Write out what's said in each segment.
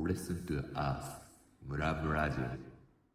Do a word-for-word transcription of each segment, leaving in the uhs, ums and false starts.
Listen to us 村ブラジオ。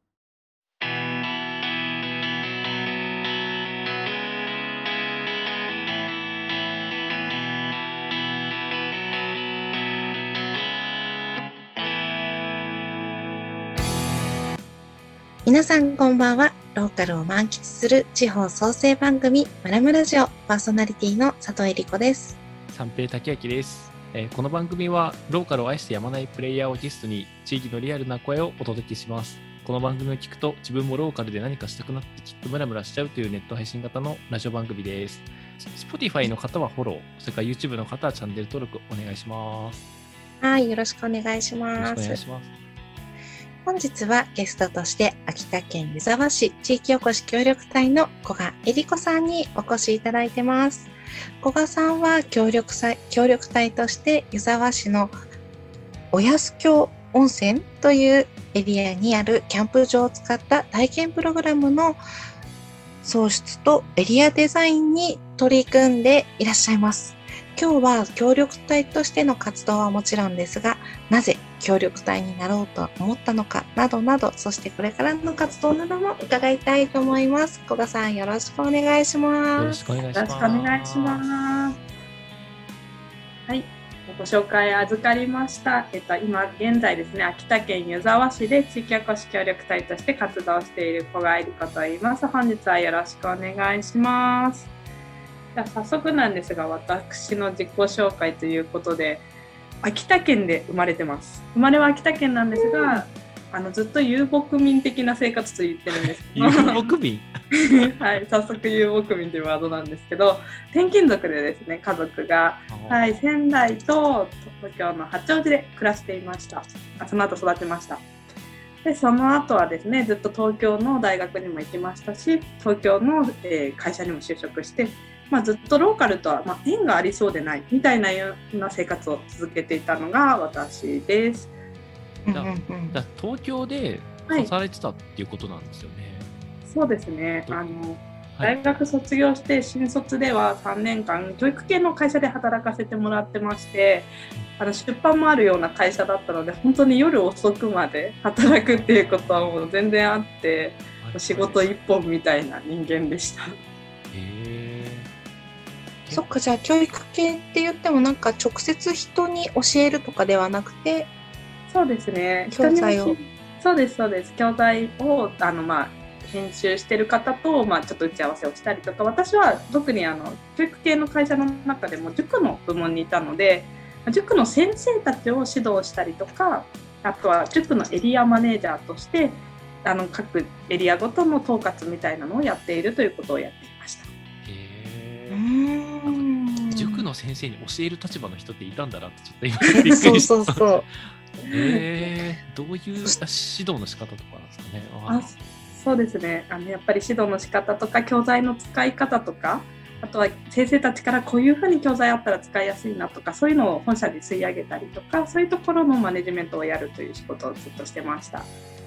皆さんこんばんは。ローカルを満喫する地方創生番組ムラムラジオパーソナリティの佐藤恵理子です。 三平武明です、えー、この番組はローカルを愛してやまないプレイヤーをゲストに地域のリアルな声をお届けします。この番組を聞くと自分もローカルで何かしたくなってきっとムラムラしちゃうというネット配信型のラジオ番組です。 Spotify の方はフォロー、それから YouTube の方はチャンネル登録お願いします。 はい、よろしくお願いします。 よろしくお願いします。 本日はゲストとして秋田県湯沢市地域おこし協力隊の古賀恵理子さんにお越しいただいてます。古賀さんは協力隊、協力隊として湯沢市のおやす峡温泉というエリアにあるキャンプ場を使った体験プログラムの創出とエリアデザインに取り組んでいらっしゃいます。今日は協力隊としての活動はもちろんですが、なぜ協力隊になろうと思ったのかなどなど、そしてこれからの活動なども伺いたいと思います。古賀さん、よろしくお願いします。 よろしくお願いします。 よろしくお願いします。はい、ご紹介預かりました。えっと、今現在ですね、秋田県湯沢市で地域おこし協力隊として活動している古賀恵理子と言います。本日はよろしくお願いします。じゃあ早速なんですが、私の自己紹介ということで、秋田県で生まれてます。生まれは秋田県なんですが、あのずっと遊牧民的な生活と言ってるんですけど遊牧民はい、早速遊牧民というワードなんですけど、転勤族でですね、家族が、はい、仙台と東京の八王子で暮らしていました。その後育ちました。でその後はですね、ずっと東京の大学にも行きましたし、東京の、えー、会社にも就職して、まあ、ずっとローカルとは、まあ、縁がありそうでないみたいなような生活を続けていたのが私です。 じゃあ、じゃあ東京で働いてたっていうことなんですよね。 はい、そうですね。あの、はい、大学卒業して新卒ではさんねんかん教育系の会社で働かせてもらってまして、あの出版もあるような会社だったので、本当に夜遅くまで働くっていうことはもう全然あって、はい、仕事一本みたいな人間でした。 へそっか、じゃあ教育系って言ってもなんか直接人に教えるとかではなくて、 そうですね、 教材を、 そうですそうです、教材をあの、まあ、編集してる方と、まあ、ちょっと打ち合わせをしたりとか、私は特にあの教育系の会社の中でも塾の部門にいたので、塾の先生たちを指導したりとか、あとは塾のエリアマネージャーとしてあの各エリアごとの統括みたいなのをやっているということをやっていました。 へー、塾の先生に教える立場の人っていたんだなってちょっと今びっくりした。 そうそうそうえー、どういう指導の仕方とかなんですかね。 あ、そうですね、あのやっぱり指導の仕方とか教材の使い方とか、あとは先生たちからこういうふうに教材あったら使いやすいなとか、そういうのを本社に吸い上げたりとか、そういうところのマネジメントをやるという仕事をずっとしてました。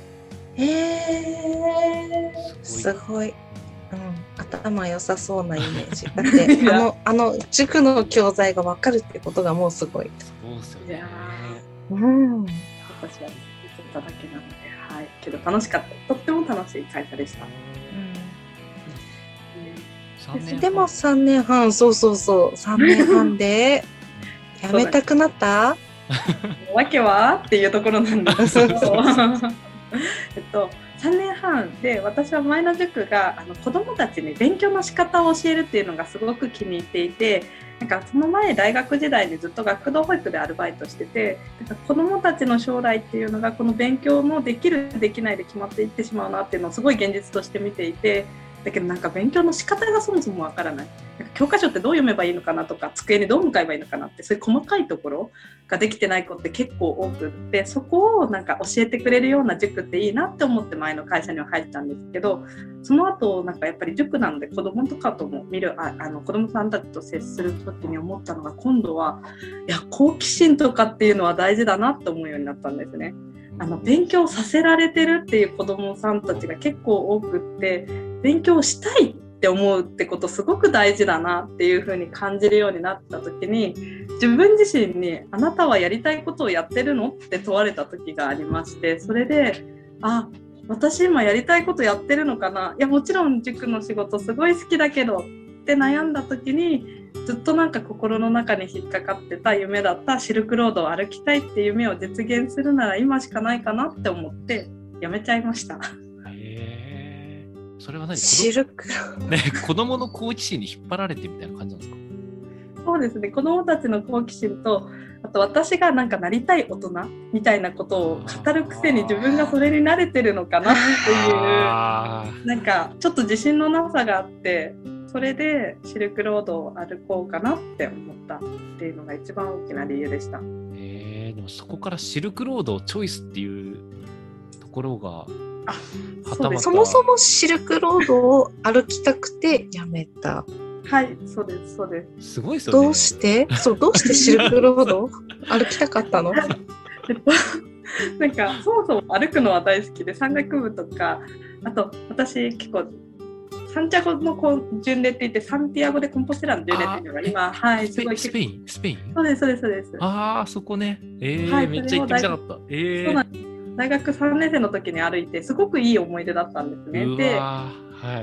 へー、すごい、うん、頭良さそうなイメージだってあの、あの塾の教材が分かるってことがもうすごい。 そうですよね。 うん、 私はずっとだけなので、はい、けど楽しかった、とっても楽しい会社でした。 うん、でもさんねんはん、そうそうそうさんねんはんで辞めたくなったわけはっていうところなんですけどえっと、さんねんはんで私は前の塾があの子どもたちに勉強の仕方を教えるっていうのがすごく気に入っていて、なんかその前大学時代にずっと学童保育でアルバイトしてて、なんか子どもたちの将来っていうのがこの勉強のできるできないで決まっていってしまうなっていうのをすごい現実として見ていて、だけどなんか勉強の仕方がそもそもわからない、なんか教科書ってどう読めばいいのかなとか、机にどう向かえばいいのかなって、そういう細かいところができてない子って結構多くって、そこをなんか教えてくれるような塾っていいなって思って前の会社には入ったんですけど、その後なんかやっぱり塾なので子どもとかとも見る、ああの子どもさんたちと接する時に思ったのが、今度はいや好奇心とかっていうのは大事だなって思うようになったんですね。あの勉強させられてるっていう子どもさんたちが結構多くって、勉強したいっって思うってことすごく大事だなっていう風に感じるようになった時に、自分自身にあなたはやりたいことをやってるのって問われた時がありまして、それであ私今やりたいことやってるのかな、いやもちろん塾の仕事すごい好きだけどって悩んだ時に、ずっとなんか心の中に引っかかってた夢だったシルクロードを歩きたいっていう夢を実現するなら今しかないかなって思ってやめちゃいました。 へー、それは何？ シルクロード、 ね、子供の好奇心に引っ張られてみたいな感じなんですか？ そうですね、子どもたちの好奇心と、あと私がなんかなりたい大人みたいなことを語るくせに自分がそれに慣れてるのかなっていうなんかちょっと自信のなさがあって、それでシルクロードを歩こうかなって思ったっていうのが一番大きな理由でした。 えー、でもそこからシルクロードをチョイスっていうところがはたまたそもそもシルクロードを歩きたくてやめた。 はい、そうですそうです。 すごいですよね。 どうしてそうどうしてシルクロードを歩きたかったの？ えっとなんかそもそも歩くのは大好きで、山岳部とか、あと私結構サンチャゴの巡礼って言って、サンティアゴでコンポステラの巡礼っていうのが今、はい、すごいスペインスペインそうですそうですそうです。 ああそこね、えーはい、 めっちゃ行ってみたかった。えー、 そうなんです。大学さんねん生の時に歩いてすごくいい思い出だったんですね。 うわで、 はい、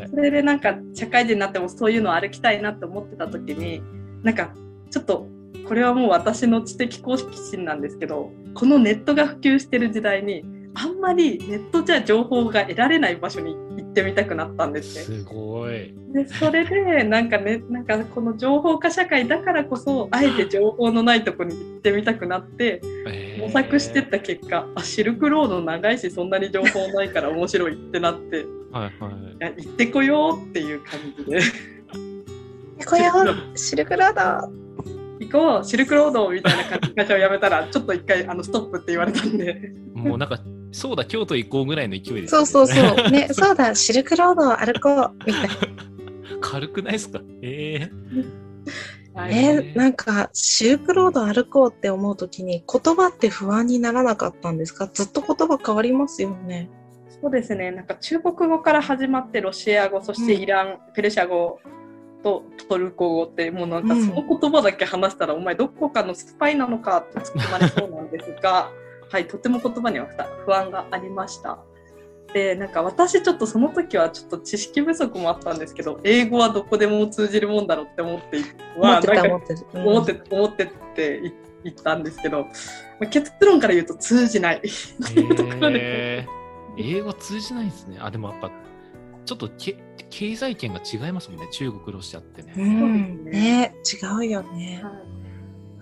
それでなんか社会人になってもそういうのを歩きたいなって思ってた時に、なんかちょっとこれはもう私の知的好奇心なんですけど、このネットが普及してる時代にあんまりネットじゃ情報が得られない場所に行ってみたくなったんですね。 すごい。 でそれでなんかね、なんかこの情報化社会だからこそあえて情報のないとこに行ってみたくなって、えー、模索してった結果、あシルクロード長いしそんなに情報ないから面白いってなってはい、はい、いや行ってこようっていう感じで行こようシルクロード行こうシルクロードみたいな感じで会社を辞めたらちょっと一回あのストップって言われたんでもうなんかそうだ京都行こうぐらいの勢いです、ね、 そうそうそうねそうだシルクロードを歩こうみたいな軽くないですか？えー、えー、なんかシルクロード歩こうって思うときに言葉って不安にならなかったんですか？ずっと言葉変わりますよね。 そうですね、なんか中国語から始まってロシア語、そしてイラン、うん、ペルシャ語とトルコ語って、もうなんかその言葉だけ話したら、うん、お前どこかのスパイなのかと突っ込まれそうなんですがはい、とても言葉には不安がありました。で、なんか私ちょっとその時はちょっと知識不足もあったんですけど、英語はどこでも通じるもんだろうって思って思ってた思ってた、 うん、思って思ってって言ったんですけど、結論から言うと通じないっていうところで、 えー、英語通じないですね。あ、でもやっぱちょっとけ経済圏が違いますもんね、中国ロシアってね。 うんね、違うよね。 はい、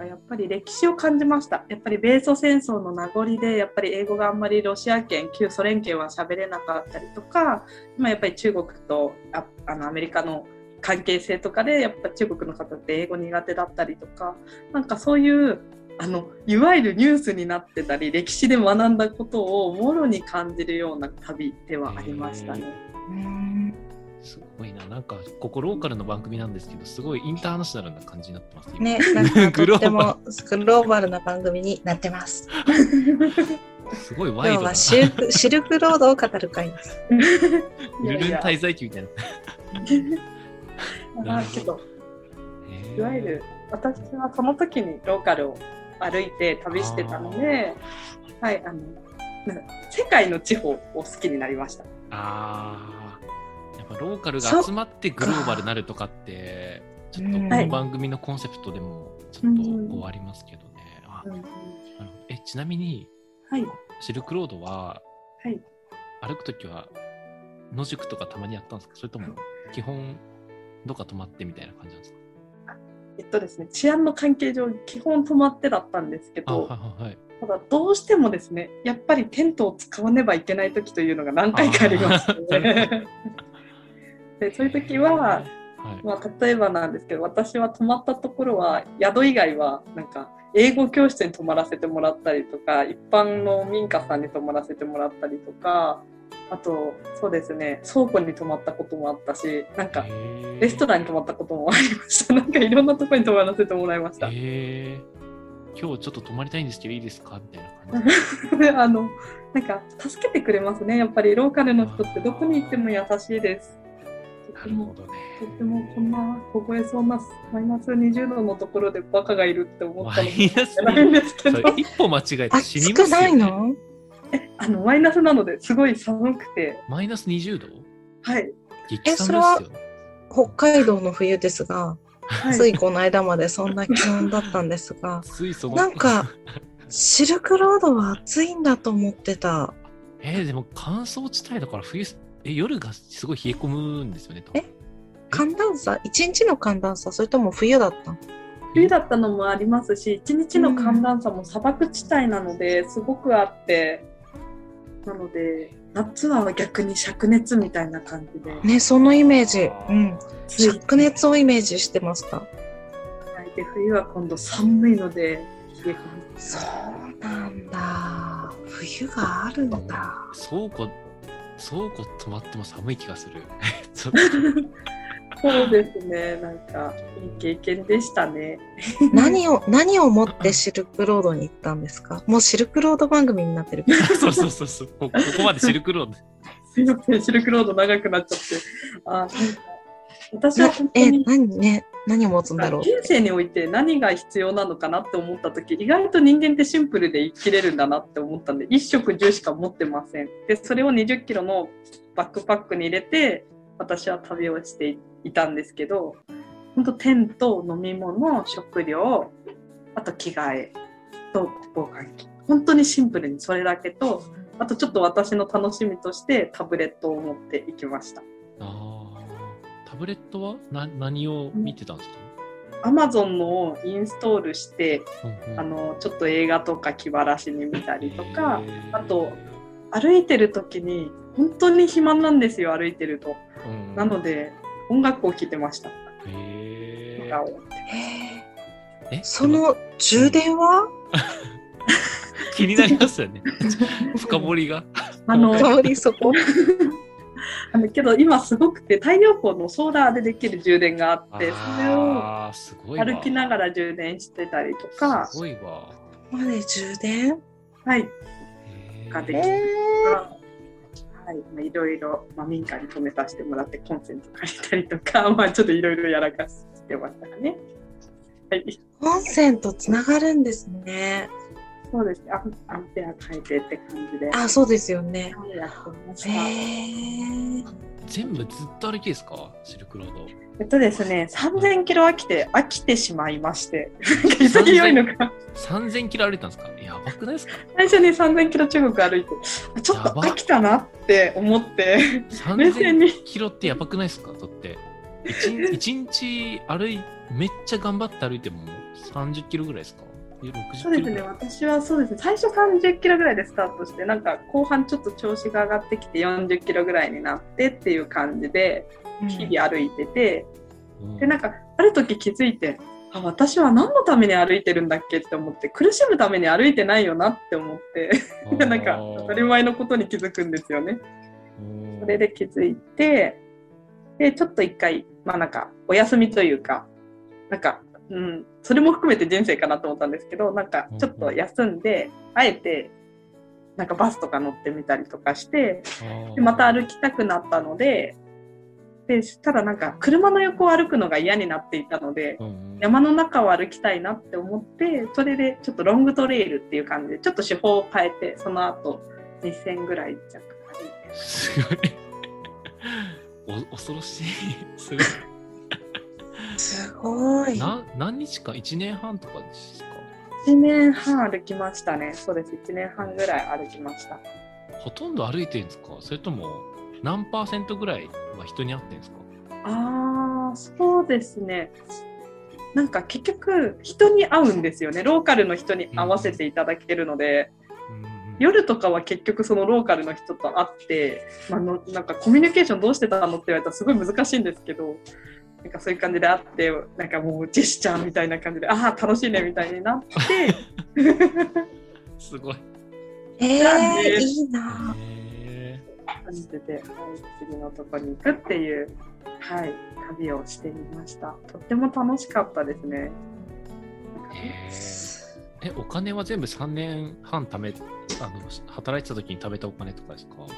やっぱり歴史を感じました。やっぱり米ソ戦争の名残でやっぱり英語があんまりロシア圏、旧ソ連圏は喋れなかったりとか、今やっぱり中国と あ, あのアメリカの関係性とかでやっぱ中国の方って英語苦手だったりとか、なんかそういうあのいわゆるニュースになってたり歴史で学んだことをもろに感じるような旅ではありましたね。 うーんすごいな、なんかここローカルの番組なんですけど、すごいインターナショナルな感じになってますね。なんかとってもグローバルな番組になってます。 すごいワイドな。 今日はシルク、シルクロードを語る会です。 ルルン滞在記みたいな。 なけど、いわゆる私はその時にローカルを歩いて旅してたので、はい、あの世界の地方を好きになりました。 ああ。ローカルが集まってグローバルになるとかってちょっとこの番組のコンセプトでもちょっとこうありますけどね、うんうん、ああのえちなみに、はい、シルクロードは、はい、歩くときは野宿とかたまにやったんですか？それとも基本どっか泊まってみたいな感じなんですか？ えっとですね、治安の関係上基本泊まってだったんですけど、 はいはいはい、 ただどうしてもですね、やっぱりテントを使わねばいけないときというのが何回かありましてねでそういう時は、はいまあ、例えばなんですけど、私は泊まったところは宿以外はなんか英語教室に泊まらせてもらったりとか、一般の民家さんに泊まらせてもらったりとか、あとそうですね、倉庫に泊まったこともあったし、なんかレストランに泊まったこともありました。なんかいろんなところに泊まらせてもらいました。 へー、今日ちょっと泊まりたいんですけどいいですかみたいな感じあのなんか助けてくれますね。やっぱりローカルの人ってどこに行っても優しいです。 てもなるほどね。 とてもこんな凍えそうなマイナスにじゅうどのところでバカがいるって思ったのもマイナスないんですけど、 それ一歩間違えて死にま暑くないすよ、ね。 の？ あのマイナスなのですごい寒くて、 マイナスにじゅうど？ はい激寒ですそれはよ。 北海道の冬ですが、 はいついこの間までそんな気温だったんですが、 ついそのなんかシルクロードは暑いんだと思ってた。 えー、でも乾燥地帯だから冬え夜がすごい冷え込むんですよね。多分え寒暖差、一日の寒暖差、それとも冬だったの？ 冬だったのもありますし、一日の寒暖差も砂漠地帯なのですごくあって、なので夏は逆に灼熱みたいな感じで、 ね、そのイメージ。うん。 暑い灼熱をイメージしてました。 で冬は今度寒いので冷え込む。 そうなんだ。冬があるんだ。 倉庫倉庫止まっても寒い気がする。ちょっとそうですね、なんかいい経験でしたね。 何を、何をもってシルクロードに行ったんですか？もうシルクロード番組になってる。 そうそうそうそうこここまでシルクロード。 すいません、シルクロード長くなっちゃって。あ、なんか私はなえ、 本当に何ね、何を持つんだろう。 人生において何が必要なのかなって思った時、意外と人間ってシンプルで生きれるんだなって思ったんで、一食十しか持ってません。でそれをにじゅっキロのバックパックに入れて私は旅をしていたんですけど、本当テント、飲み物、食料、あと着替えと防寒着、本当にシンプルにそれだけと、あとちょっと私の楽しみとしてタブレットを持っていきました。 あタブレットはな何を見てたんですか？ Amazon のをインストールして、 うんうん、 あのちょっと映画とか気晴らしに見たりとか、 へーあと歩いてる時に本当に暇なんですよ、歩いてると。 うん、 なので音楽を聴いてました。 へ歌をええその充電は？ 気になりますよね。深掘りが。 あの香りそこ。 あのけど今すごくて、太陽光のソーラーでできる充電があって、それをあーすごいわ歩きながら充電してたりとか、 すごいわ。 まで充電？ はい、 へーができるえはい、まあ、いろいろ、まあ、民家に止めさせてもらってコンセント借りたりとか、まあ、ちょっといろいろやらかしてましたかね。はい、 ー、コンセントつながるんですね。 そうですね。アンアンペア変えてって感じで。 あ、そうですよね。 はい、やってました。 へー。 全部ずっと歩きですか？シルクロード。 えっとですね、さんぜんキロ飽きて飽きてしまいまして、潔いのか。 さんぜんキロ歩いたんですか？やばくないですか？ 最初にさんぜんキロ中国歩いて、ちょっと飽きたなって思って、 さん冷静にぜんキロってやばくないですか？だっていちにち歩いめっちゃ頑張って歩いてもさんじゅっキロぐらいですか？ろくじゅっキロそうですね、私はそうですね、最初さんじゅっキロぐらいでスタートして、なんか後半ちょっと調子が上がってきてよんじゅっキロぐらいになってっていう感じで日々歩いてて、 うんでなんかある時気づいて、あ、私は何のために歩いてるんだっけって思って、苦しむために歩いてないよなって思ってなんか当たり前のことに気づくんですよね。それで気づいて、でちょっと一回、まあなんかお休みというか、なんか、うん、それも含めて人生かなと思ったんですけど、なんかちょっと休んで、あえてなんかバスとか乗ってみたりとかして、でまた歩きたくなったので、でただなんか車の横を歩くのが嫌になっていたので、 うん山の中を歩きたいなって思って、それでちょっとロングトレイルっていう感じでちょっと手法を変えて、その後にせんぐらい弱歩いて。 すごいお恐ろしい。すごいすごい。 な何日かいちねんはんとかですか？ いちねんはん歩きましたね。そうです、いちねんはんぐらい歩きました。 ほとんど歩いてるんですか？それとも何パーセントぐらいは人に会ってるんですか？ ああ、そうですね。なんか結局人に会うんですよね。ローカルの人に会わせていただけるので、 うんうん夜とかは結局そのローカルの人と会って、まあ、のなんかコミュニケーションどうしてたのって言われたらすごい難しいんですけど、なんかそういう感じで会って、なんかもうジェスチャーみたいな感じで、ああ楽しいねみたいになってすごい。 えー、いいな。 へ感じで、はい、次のとこに行くっていう、はい、旅をしてみました。とっても楽しかったですね。 ーへーえ、お金は全部さんねんはん貯め、あの働いてた時に貯めたお金とかですか？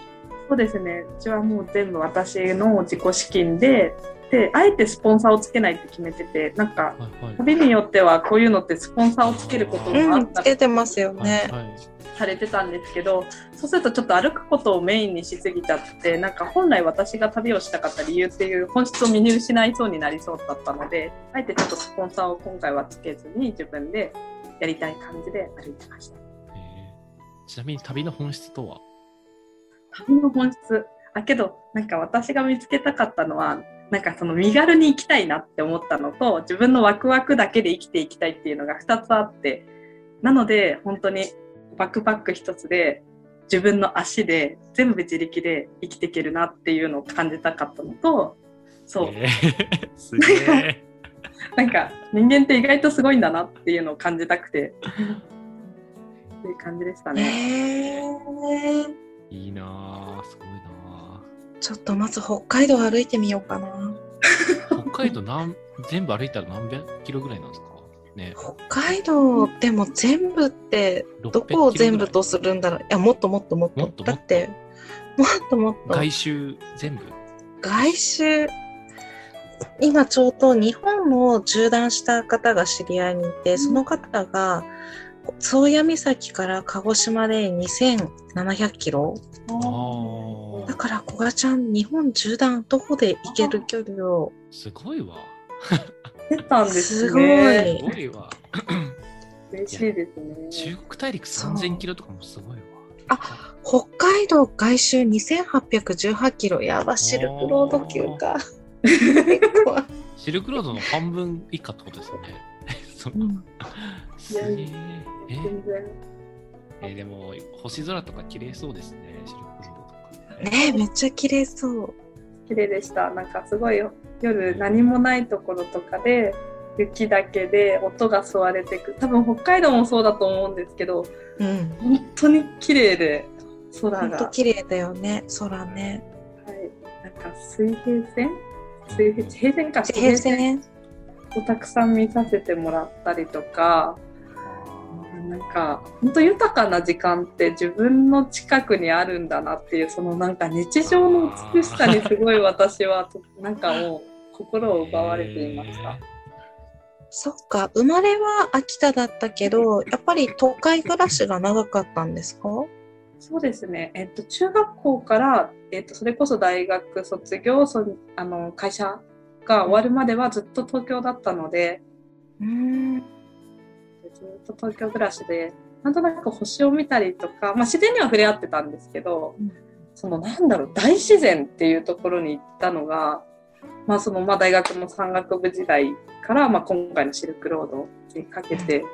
そうですね。うちはもう全部私の自己資金で、で、あえてスポンサーをつけないって決めてて、なんか、 はいはい、 旅によってはこういうのってスポンサーをつけることもあうん、 ったりつけてますよね。 はいはい、 されてたんですけど、そうするとちょっと歩くことをメインにしすぎちゃって、なんか本来私が旅をしたかった理由っていう本質を見失いそうになりそうだったので、あえてちょっとスポンサーを今回はつけずに自分でやりたい感じで歩いてました。 えー、ちなみに旅の本質とは？ 旅の本質、あ、けどなんか私が見つけたかったのは、なんかその身軽に生きたいなって思ったのと、自分のワクワクだけで生きていきたいっていうのがふたつあって、なので本当にバックパック一つで自分の足で全部自力で生きていけるなっていうのを感じたかったのと、そう、 えー、すげえなんか人間って意外とすごいんだなっていうのを感じたくてっていう感じでしたね。 えー、 いいなぁ、すごいなぁ。 ちょっとまず北海道歩いてみようかな。 北海道何全部歩いたら何百キロぐらいなんですかね？ 北海道でも全部ってどこを全部とするんだろう。いや、もっともっともっと。 もっともっとだってもっともっと。 外周全部？ 外周。今ちょうど日本を縦断した方が知り合いにいて、その方が宗谷岬から鹿児島でにせんななひゃくキロ。 あだから小賀ちゃん、日本縦断どこで行ける距離を。 すごいわ。 出たんですね。 すごい。 すごいわ。 嬉しいですね。 中国大陸さんぜんキロとかもすごいわ。 あ、北海道外周にせんはっぴゃくじゅうはちキロ。やば、シルクロード級か。 シルクロードの半分以下ってことですよね。そうん、 すげえ。え全然。 えー、でも星空とか綺麗そうですね、シルクロードとか。 ねえ、めっちゃ綺麗そう。 綺麗でした。なんかすごい夜何もないところとかで雪だけで音が吸われていく。多分北海道もそうだと思うんですけど、 うん、 本当に綺麗で空が。 本当綺麗だよね、空ね。 はい、なんか水平線、水平平線か水平線をたくさん見させてもらったりとか。なんか本当豊かな時間って自分の近くにあるんだなっていう、そのなんか日常の美しさにすごい私はなんかもう心を奪われていました。 そっか、生まれは秋田だったけど、やっぱり都会暮らしが長かったんですか？ そうですね、えっと、中学校から、えっと、それこそ大学卒業、そあの会社が終わるまではずっと東京だったので、 うーん、 ずっと東京暮らしで、なんとなく星を見たりとか、まあ、自然には触れ合ってたんですけど、うん、そのなんだろう、大自然っていうところに行ったのが、まあそのまあ大学の山岳部時代から、まあ、今回のシルクロードにかけて、うん、はい、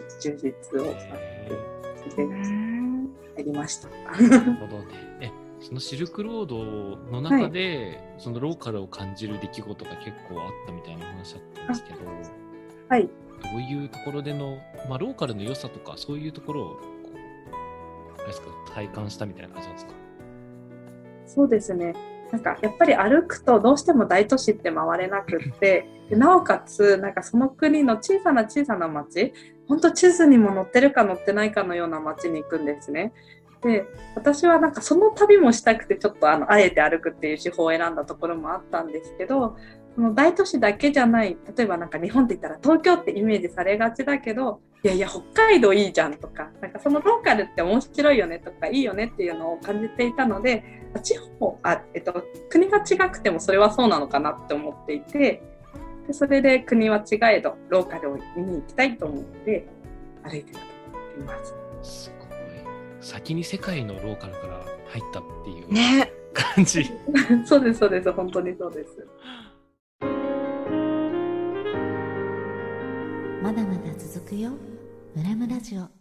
充実をさせて入りました。 なるほどね。え、そのシルクロードの中で、はい、そのローカルを感じる出来事が結構あったみたいな話だったんですけど、 はい、 どういうところでの、まあ、ローカルの良さとかそういうところをこうあれですか、体感したみたいな感じなんですか？ そうですね、なんかやっぱり歩くとどうしても大都市って回れなくってで、なおかつなんかその国の小さな小さな町、本当地図にも載ってるか載ってないかのような町に行くんですね。で、私はなんかその旅もしたくてちょっとあのあえて歩くっていう手法を選んだところもあったんですけど、その大都市だけじゃない、例えばなんか日本って言ったら東京ってイメージされがちだけど、いやいや北海道いいじゃんとか、なんかそのローカルって面白いよねとかいいよねっていうのを感じていたので、地方あ、えっと、国が違くてもそれはそうなのかなって思っていて、でそれで国は違えどローカルを見に行きたいと思って歩いてたと思います。 すごい。先に世界のローカルから入ったっていうね感じ。 そうですそうです、本当にそうです。 まだまだ続くよ、ムラムラジオ。